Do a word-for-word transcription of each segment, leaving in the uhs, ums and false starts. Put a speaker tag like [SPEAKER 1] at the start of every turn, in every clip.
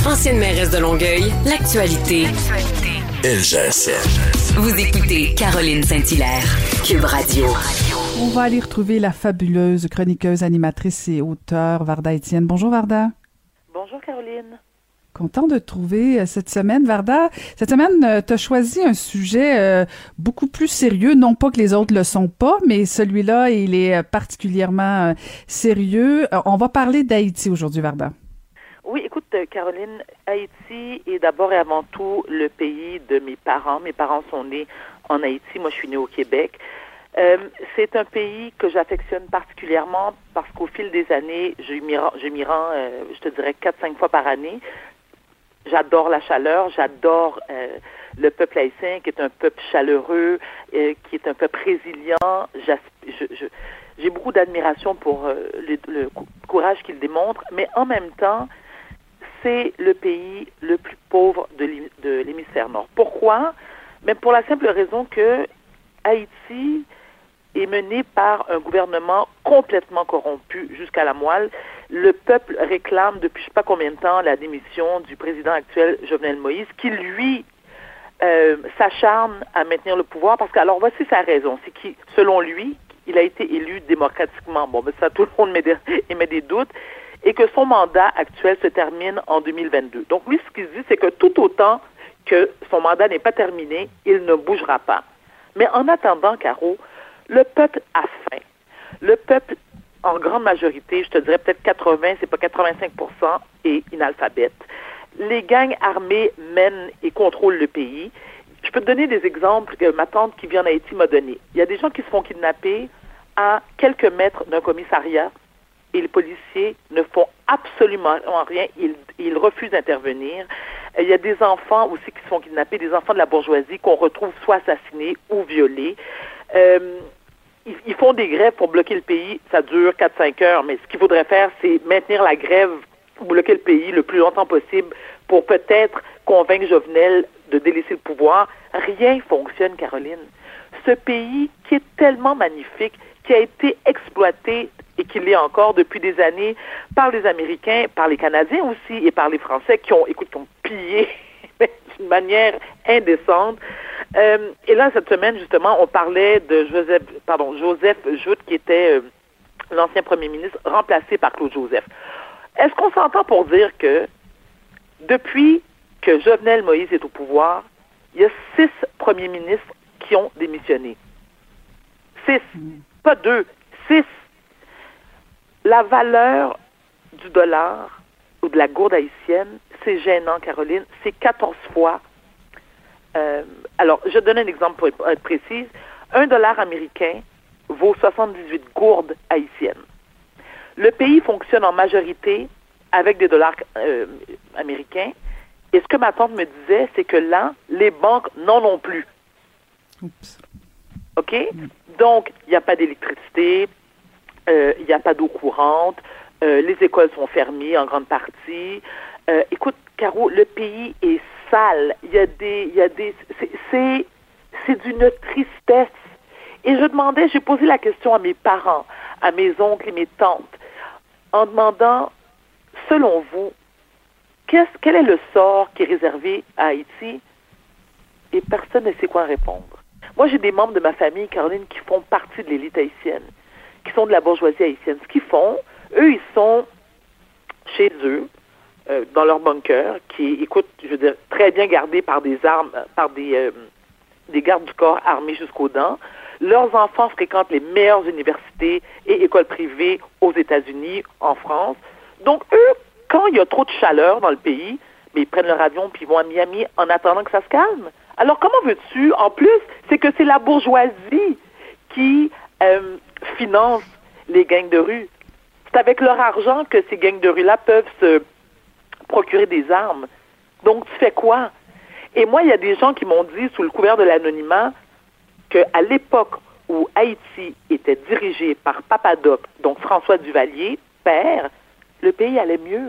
[SPEAKER 1] Ancienne mairesse de Longueuil, l'actualité.
[SPEAKER 2] Elle gère ça.
[SPEAKER 1] Vous écoutez Caroline Saint-Hilaire, Cube Radio.
[SPEAKER 3] On va aller retrouver la fabuleuse chroniqueuse, animatrice et auteure Varda Étienne. Bonjour Varda.
[SPEAKER 4] Bonjour Caroline.
[SPEAKER 3] Content de te trouver cette semaine, Varda. Cette semaine, tu as choisi un sujet euh, beaucoup plus sérieux. Non pas que les autres le sont pas, mais celui-là, il est particulièrement euh, sérieux. Euh, on va parler d'Haïti aujourd'hui, Varda.
[SPEAKER 4] Oui, écoute, Caroline, Haïti est d'abord et avant tout le pays de mes parents. Mes parents sont nés en Haïti. Moi, je suis née au Québec. Euh, c'est un pays que j'affectionne particulièrement parce qu'au fil des années, je m'y rends, je m'y rends euh, je te dirais, quatre cinq fois par année. J'adore la chaleur, j'adore euh, le peuple haïtien, qui est un peuple chaleureux, euh, qui est un peuple résilient. Je, je, j'ai beaucoup d'admiration pour euh, le, le courage qu'il démontre, mais en même temps, c'est le pays le plus pauvre de, de l'hémisphère nord. Pourquoi? Mais pour la simple raison que Haïti est mené par un gouvernement complètement corrompu jusqu'à la moelle. Le peuple réclame depuis je ne sais pas combien de temps la démission du président actuel Jovenel Moïse, qui lui euh, s'acharne à maintenir le pouvoir parce que, alors voici sa raison, c'est que selon lui, il a été élu démocratiquement. Bon, mais ça, tout le monde met des, émet des doutes. Et que son mandat actuel se termine en deux mille vingt-deux. Donc lui, ce qu'il dit, c'est que tout autant que son mandat n'est pas terminé, il ne bougera pas. Mais en attendant, Caro, le peuple a faim. Le peuple, en grande majorité, je te dirais peut-être quatre-vingts, c'est pas quatre-vingt-cinq pour cent, est inalphabète. Les gangs armés mènent et contrôlent le pays. Je peux te donner des exemples que ma tante qui vit en Haïti m'a donné. Il y a des gens qui se font kidnapper à quelques mètres d'un commissariat et les policiers ne font absolument rien. Ils, ils refusent d'intervenir. Il y a des enfants aussi qui se font kidnapper, des enfants de la bourgeoisie qu'on retrouve soit assassinés ou violés. Euh, ils, ils font des grèves pour bloquer le pays. Ça dure quatre cinq heures, mais ce qu'il faudrait faire, c'est maintenir la grève, bloquer le pays le plus longtemps possible pour peut-être convaincre Jovenel de délaisser le pouvoir. Rien fonctionne, Caroline. Ce pays qui est tellement magnifique, qui a été exploité et qui l'est encore depuis des années par les Américains, par les Canadiens aussi et par les Français qui ont, écoute, qui ont pillé d'une manière indécente. Euh, et là, cette semaine, justement, on parlait de Joseph, pardon, Joseph Joute, qui était euh, l'ancien premier ministre, remplacé par Claude Joseph. Est-ce qu'on s'entend pour dire que depuis que Jovenel Moïse est au pouvoir, il y a six premiers ministres qui ont démissionné? Six. Pas deux. Six. La valeur du dollar ou de la gourde haïtienne, c'est gênant, Caroline. C'est quatorze fois. Euh, alors, je donne un exemple pour être précise. Un dollar américain vaut soixante-dix-huit gourdes haïtiennes. Le pays fonctionne en majorité avec des dollars euh, américains. Et ce que ma tante me disait, c'est que là, les banques n'en ont plus. Oups. OK? Mm. Donc, il n'y a pas d'électricité, il euh, n'y a pas d'eau courante, euh, les écoles sont fermées en grande partie. Euh, écoute, Caro, le pays est sale. Il y a des... Il y a des c'est, c'est, c'est d'une tristesse. Et je demandais, j'ai posé la question à mes parents, à mes oncles et mes tantes, en demandant, selon vous, qu'est-ce, quel est le sort qui est réservé à Haïti? Et personne ne sait quoi répondre. Moi, j'ai des membres de ma famille, Caroline, qui font partie de l'élite haïtienne, qui sont de la bourgeoisie haïtienne. Ce qu'ils font, eux, ils sont chez eux, euh, dans leur bunker, qui, écoute, je veux dire, très bien gardés par des armes, par des, euh, des gardes du corps armés jusqu'aux dents. Leurs enfants fréquentent les meilleures universités et écoles privées aux États-Unis, en France. Donc, eux, quand il y a trop de chaleur dans le pays, mais ils prennent leur avion puis ils vont à Miami en attendant que ça se calme. Alors, comment veux-tu? En plus, c'est que c'est la bourgeoisie qui euh, finance les gangs de rue. C'est avec leur argent que ces gangs de rue-là peuvent se procurer des armes. Donc, tu fais quoi? Et moi, il y a des gens qui m'ont dit, sous le couvert de l'anonymat, qu'à l'époque où Haïti était dirigé par Papadoc, donc François Duvalier, père, le pays allait mieux.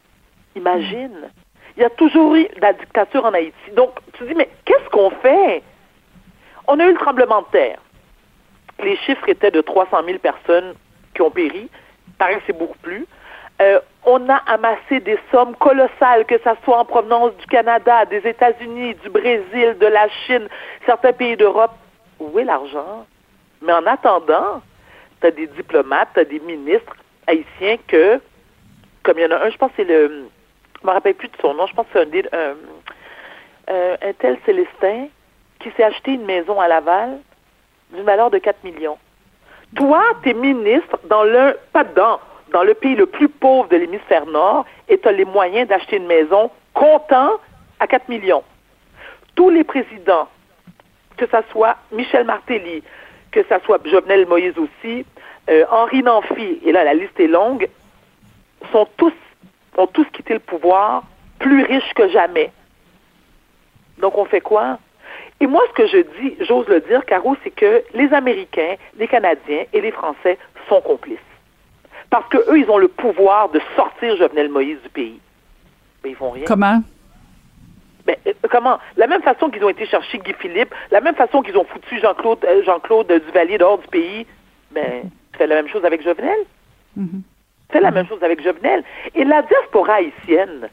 [SPEAKER 4] Imagine. Il y a toujours eu de la dictature en Haïti. Donc, tu dis, mais qu'est-ce qu'on fait? On a eu le tremblement de terre. Les chiffres étaient de trois cent mille personnes qui ont péri. Il paraît que c'est beaucoup plus. Euh, on a amassé des sommes colossales, que ça soit en provenance du Canada, des États-Unis, du Brésil, de la Chine, certains pays d'Europe. Où est l'argent? Mais en attendant, tu as des diplomates, tu as des ministres haïtiens que, comme il y en a un, je pense que c'est le... Je me rappelle plus de son nom, je pense que c'est un, un, un, un tel Célestin qui s'est acheté une maison à Laval d'une valeur de quatre millions. Toi, tu es ministre dans le... Pas dedans, dans le pays le plus pauvre de l'hémisphère nord, et tu as les moyens d'acheter une maison comptant à quatre millions. Tous les présidents, que ça soit Michel Martelly, que ça soit Jovenel Moïse aussi, euh, Henri Namphy, et là la liste est longue, sont tous, ont tous quitté le pouvoir plus riches que jamais. Donc on fait quoi? Et moi, ce que je dis, j'ose le dire, Caro, c'est que les Américains, les Canadiens et les Français sont complices. Parce que eux, ils ont le pouvoir de sortir Jovenel Moïse du pays. Mais ils font rien.
[SPEAKER 3] Comment?
[SPEAKER 4] Ben, euh, comment? La même façon qu'ils ont été chercher Guy Philippe, la même façon qu'ils ont foutu Jean-Claude euh, Jean-Claude Duvalier dehors du pays, ben, tu fais la même chose avec Jovenel.
[SPEAKER 3] Mm-hmm.
[SPEAKER 4] Tu fais la mm-hmm. même chose avec Jovenel. Et la diaspora haïtienne,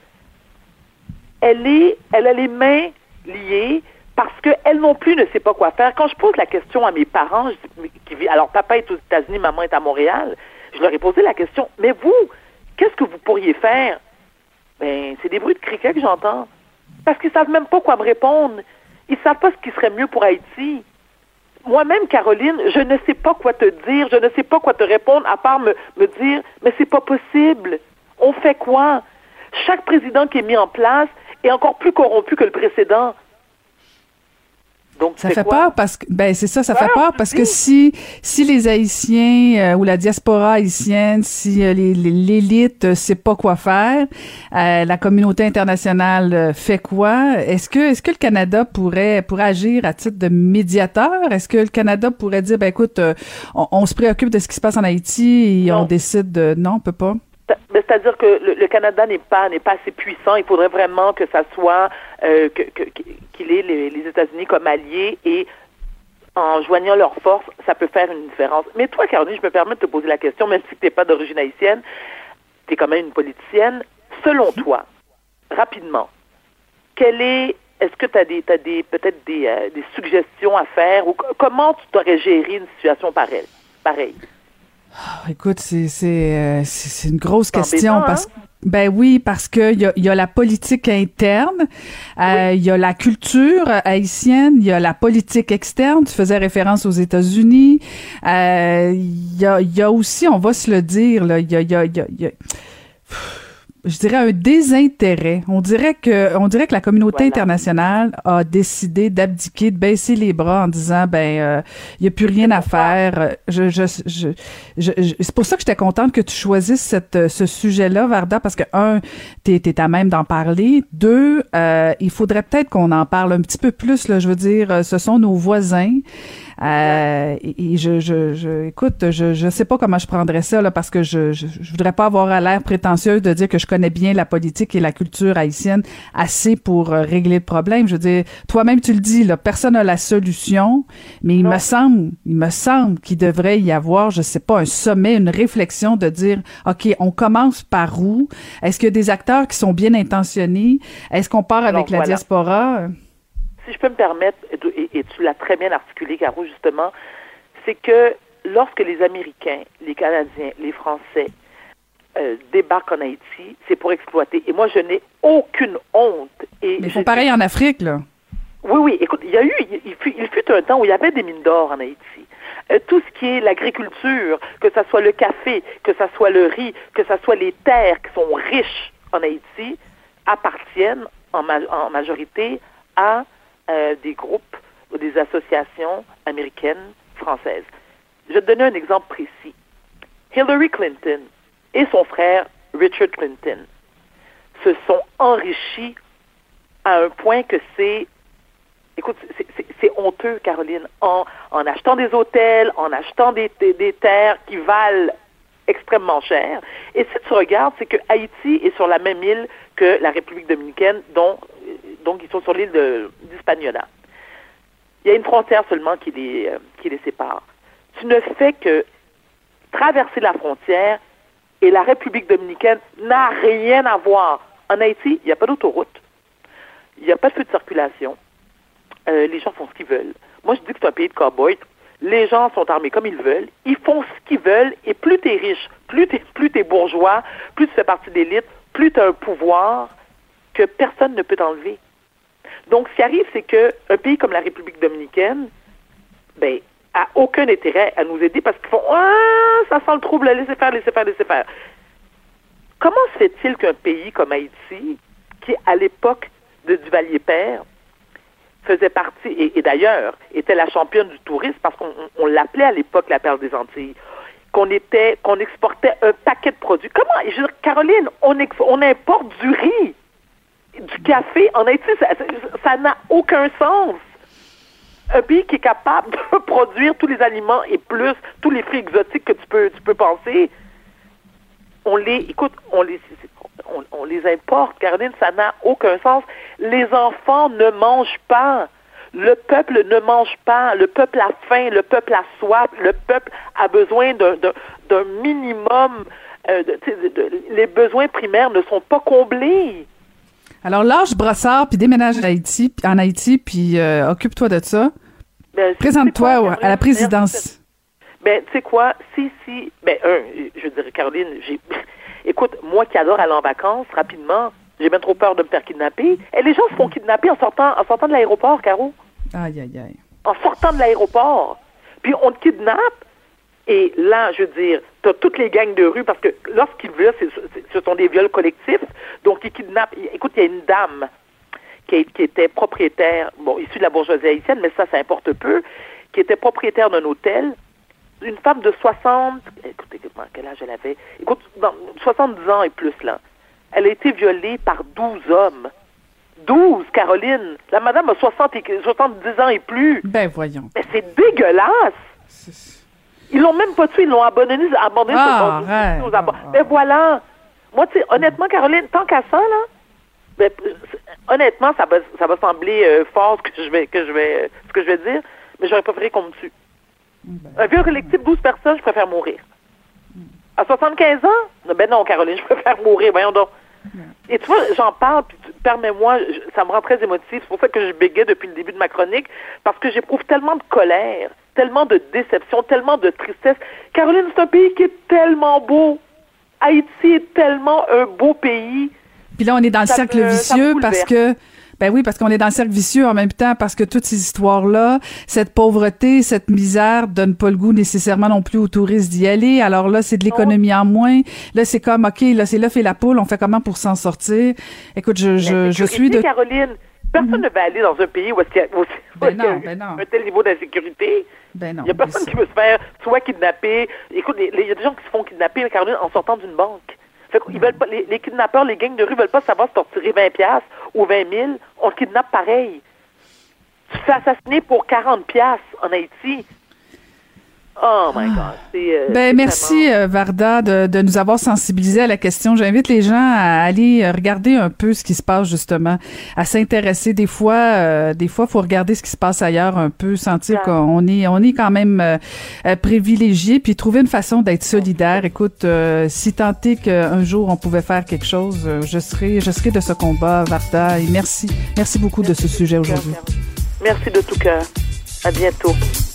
[SPEAKER 4] elle est, elle a les mains liées parce qu'elle non plus ne sait pas quoi faire. Quand je pose la question à mes parents, je, qui vit, alors papa est aux États-Unis, maman est à Montréal, je leur ai posé la question, mais vous, qu'est-ce que vous pourriez faire? Ben, c'est des bruits de criquets que j'entends. Parce qu'ils savent même pas quoi me répondre. Ils savent pas ce qui serait mieux pour Haïti. Moi-même, Caroline, je ne sais pas quoi te dire, je ne sais pas quoi te répondre, à part me, me dire, mais c'est pas possible. On fait quoi? Chaque président qui est mis en place est encore plus corrompu que le précédent. Donc,
[SPEAKER 3] ça fait
[SPEAKER 4] quoi?
[SPEAKER 3] peur parce que ben c'est ça, ça
[SPEAKER 4] peur,
[SPEAKER 3] fait peur parce que si si les Haïtiens euh, ou la diaspora haïtienne, si euh, les, les, l'élite euh, sait pas quoi faire, euh, la communauté internationale euh, fait quoi? Est-ce que est-ce que le Canada pourrait pourrait agir à titre de médiateur? Est-ce que le Canada pourrait dire ben écoute, euh, on, on se préoccupe de ce qui se passe en Haïti et non. on décide de non, on peut pas?
[SPEAKER 4] C'est-à-dire que le, le Canada n'est pas n'est pas assez puissant. Il faudrait vraiment que ça soit euh, que, que, qu'il ait les, les États-Unis comme alliés et en joignant leurs forces, ça peut faire une différence. Mais toi, Caroline, je me permets de te poser la question, même si tu n'es pas d'origine haïtienne, tu es quand même une politicienne. Selon toi, rapidement, quelle est est-ce que tu as des t'as des peut-être des, euh, des suggestions à faire ou comment tu t'aurais géré une situation pareille? Pareil.
[SPEAKER 3] Oh, écoute, c'est c'est euh, c'est, c'est une grosse
[SPEAKER 4] c'est
[SPEAKER 3] question
[SPEAKER 4] embêtant,
[SPEAKER 3] parce
[SPEAKER 4] hein?
[SPEAKER 3] Ben oui, parce que il y a, y a la politique interne, euh, il oui. y a la culture haïtienne, il y a la politique externe. Tu faisais référence aux États-Unis. Il euh, y a il y a aussi, on va se le dire là, il y a il y a il y a, y a je dirais un désintérêt. On dirait que, on dirait que la communauté voilà. internationale a décidé d'abdiquer, de baisser les bras en disant, ben, il euh, y a plus rien à faire. Je, je, je, je, je c'est pour ça que j'étais contente que tu choisisses cette, ce sujet-là, Varda, parce que un, t'es, t'es à même d'en parler. Deux, euh, il faudrait peut-être qu'on en parle un petit peu plus. Là, je veux dire, ce sont nos voisins. Euh, et, et je, je, je, écoute, je, je sais pas comment je prendrais ça là, parce que je, je, je voudrais pas avoir à l'air prétentieuse de dire que je connais bien la politique et la culture haïtienne assez pour euh, régler le problème. Je veux dire, toi-même tu le dis là, personne n'a la solution, mais il non. me semble, il me semble qu'il devrait y avoir, je sais pas, un sommet, une réflexion de dire, ok, on commence par où? Est-ce qu'il y a des acteurs qui sont bien intentionnés? Est-ce qu'on part avec non, la voilà. diaspora?
[SPEAKER 4] Si je peux me permettre, et, et tu l'as très bien articulé, Caro, justement, c'est que lorsque les Américains, les Canadiens, les Français euh, débarquent en Haïti, c'est pour exploiter. Et moi, je n'ai aucune honte. Et
[SPEAKER 3] Mais ils font pareil en Afrique, là.
[SPEAKER 4] Oui, oui. Écoute, il y a eu, il, il, fut, il fut un temps où il y avait des mines d'or en Haïti. Euh, tout ce qui est l'agriculture, que ce soit le café, que ce soit le riz, que ce soit les terres qui sont riches en Haïti, appartiennent en, ma- en majorité à Euh, des groupes ou des associations américaines, françaises. Je vais te donner un exemple précis. Hillary Clinton et son frère Richard Clinton se sont enrichis à un point que c'est, écoute, c'est, c'est, c'est honteux, Caroline, en, en achetant des hôtels, en achetant des, des, des terres qui valent extrêmement cher. Et si tu regardes, c'est que Haïti est sur la même île que la République dominicaine, dont donc ils sont sur l'île de, d'Hispaniola. Il y a une frontière seulement qui les, euh, qui les sépare. Tu ne fais que traverser la frontière et la République dominicaine n'a rien à voir. En Haïti, il n'y a pas d'autoroute, il n'y a pas de feu de circulation, euh, les gens font ce qu'ils veulent. Moi, je dis que c'est un pays de cow-boys. Les gens sont armés comme ils veulent, ils font ce qu'ils veulent, et plus t'es riche, plus t'es, plus t'es bourgeois, plus tu fais partie de l'élite, plus t'as un pouvoir que personne ne peut t'enlever. Donc, ce qui arrive, c'est que un pays comme la République dominicaine, ben, a aucun intérêt à nous aider parce qu'ils font « Ah, ça sent le trouble, laissez faire, laissez faire, laissez faire ». Comment se fait-il qu'un pays comme Haïti, qui à l'époque de Duvalier-Père, faisait partie, et, et d'ailleurs, était la championne du tourisme, parce qu'on on, on l'appelait à l'époque la perle des Antilles, qu'on était, qu'on exportait un paquet de produits. Comment, je veux dire, Caroline, on, ex, on importe du riz, du café. En Haïti, ça, ça, ça n'a aucun sens. Un pays qui est capable de produire tous les aliments et plus, tous les fruits exotiques que tu peux, tu peux penser, on les, écoute, on les, on, on les importe, Caroline, ça n'a aucun sens. Les enfants ne mangent pas. Le peuple ne mange pas. Le peuple a faim. Le peuple a soif. Le peuple a besoin d'un, d'un, d'un minimum. Euh, de, de, de, les besoins primaires ne sont pas comblés.
[SPEAKER 3] Alors, lâche Brossard, puis déménage à Haïti, en Haïti, puis euh, occupe-toi de ça. Ben, Présente-toi quoi, à la présidence.
[SPEAKER 4] Ben, tu sais quoi? Si, si, ben, un, je dirais, Caroline, j'ai, écoute, moi qui adore aller en vacances, rapidement, j'ai bien trop peur de me faire kidnapper. Et les gens se font kidnapper en sortant, en sortant de l'aéroport, Caro.
[SPEAKER 3] Aïe, aïe, aïe.
[SPEAKER 4] En sortant de l'aéroport. Puis on te kidnappe. Et là, je veux dire, t'as toutes les gangs de rue, parce que lorsqu'ils violent, c'est, c'est, ce sont des viols collectifs. Donc, ils kidnappent. Écoute, il y a une dame qui, qui était propriétaire, bon, issue de la bourgeoisie haïtienne, mais ça, ça importe peu, qui était propriétaire d'un hôtel. Une femme de soixante, écoutez, quel âge elle avait? Écoute, dans soixante-dix ans et plus, là. Elle a été violée par douze hommes. douze, Caroline! La madame a soixante et, soixante-dix ans et plus.
[SPEAKER 3] Ben, voyons.
[SPEAKER 4] Mais c'est dégueulasse! C'est... Ils l'ont même pas tué, ils l'ont abandonné, abandonné
[SPEAKER 3] ah,
[SPEAKER 4] sur
[SPEAKER 3] ouais,
[SPEAKER 4] aux abandons. Mais voilà! Moi, tu sais, honnêtement, Caroline, tant qu'à ça, là, ben, honnêtement, ça va, ça va sembler euh, fort ce que je vais, que je vais, ce que je vais dire, mais j'aurais préféré qu'on me tue. Ben, un vieux collectif, douze personnes, je préfère mourir. À soixante-quinze ans? Ben non, Caroline, je préfère mourir, voyons donc. Et tu vois, j'en parle, puis permets-moi, ça me rend très émotif. C'est pour ça que je bégayais depuis le début de ma chronique, parce que j'éprouve tellement de colère, tellement de déception, tellement de tristesse. Caroline, c'est un pays qui est tellement beau. Haïti est tellement un beau pays.
[SPEAKER 3] Puis là, on est dans le ça cercle me, vicieux parce que... Ben oui, parce qu'on est dans le cercle vicieux en même temps, parce que toutes ces histoires-là, cette pauvreté, cette misère donne pas le goût nécessairement non plus aux touristes d'y aller. Alors là, c'est de l'économie en moins. Là, c'est comme, OK, là, c'est l'œuf et la poule, on fait comment pour s'en sortir? Écoute, je, je, je suis de...
[SPEAKER 4] Caroline, personne mm-hmm. ne va aller dans un pays où est-ce qu'il y a, où,
[SPEAKER 3] ben
[SPEAKER 4] où
[SPEAKER 3] non,
[SPEAKER 4] il y a
[SPEAKER 3] ben non.
[SPEAKER 4] un tel niveau d'insécurité.
[SPEAKER 3] Ben non.
[SPEAKER 4] Il y a personne qui veut se faire soit kidnapper. Écoute, il y a des gens qui se font kidnapper, Caroline, en sortant d'une banque. Fait qu'ils veulent pas, les, les kidnappeurs, les gangs de rue veulent pas savoir si t'as retiré vingt piastres ou vingt mille. On le kidnappe pareil. Tu te fais assassiner pour quarante piastres en Haïti. Oh my God. C'est, euh,
[SPEAKER 3] ben,
[SPEAKER 4] c'est
[SPEAKER 3] merci,
[SPEAKER 4] vraiment...
[SPEAKER 3] euh, Varda, de, de nous avoir sensibilisés à la question. J'invite les gens à aller regarder un peu ce qui se passe, justement, à s'intéresser. Des fois, euh, des fois, faut regarder ce qui se passe ailleurs un peu, sentir ouais. qu'on est, on est quand même euh, privilégié, puis trouver une façon d'être solidaire. Écoute, euh, si tant est qu'un jour on pouvait faire quelque chose, euh, je serai, je serai de ce combat, Varda, et merci. Merci beaucoup merci de ce sujet aujourd'hui.
[SPEAKER 4] Merci de tout cœur. À bientôt.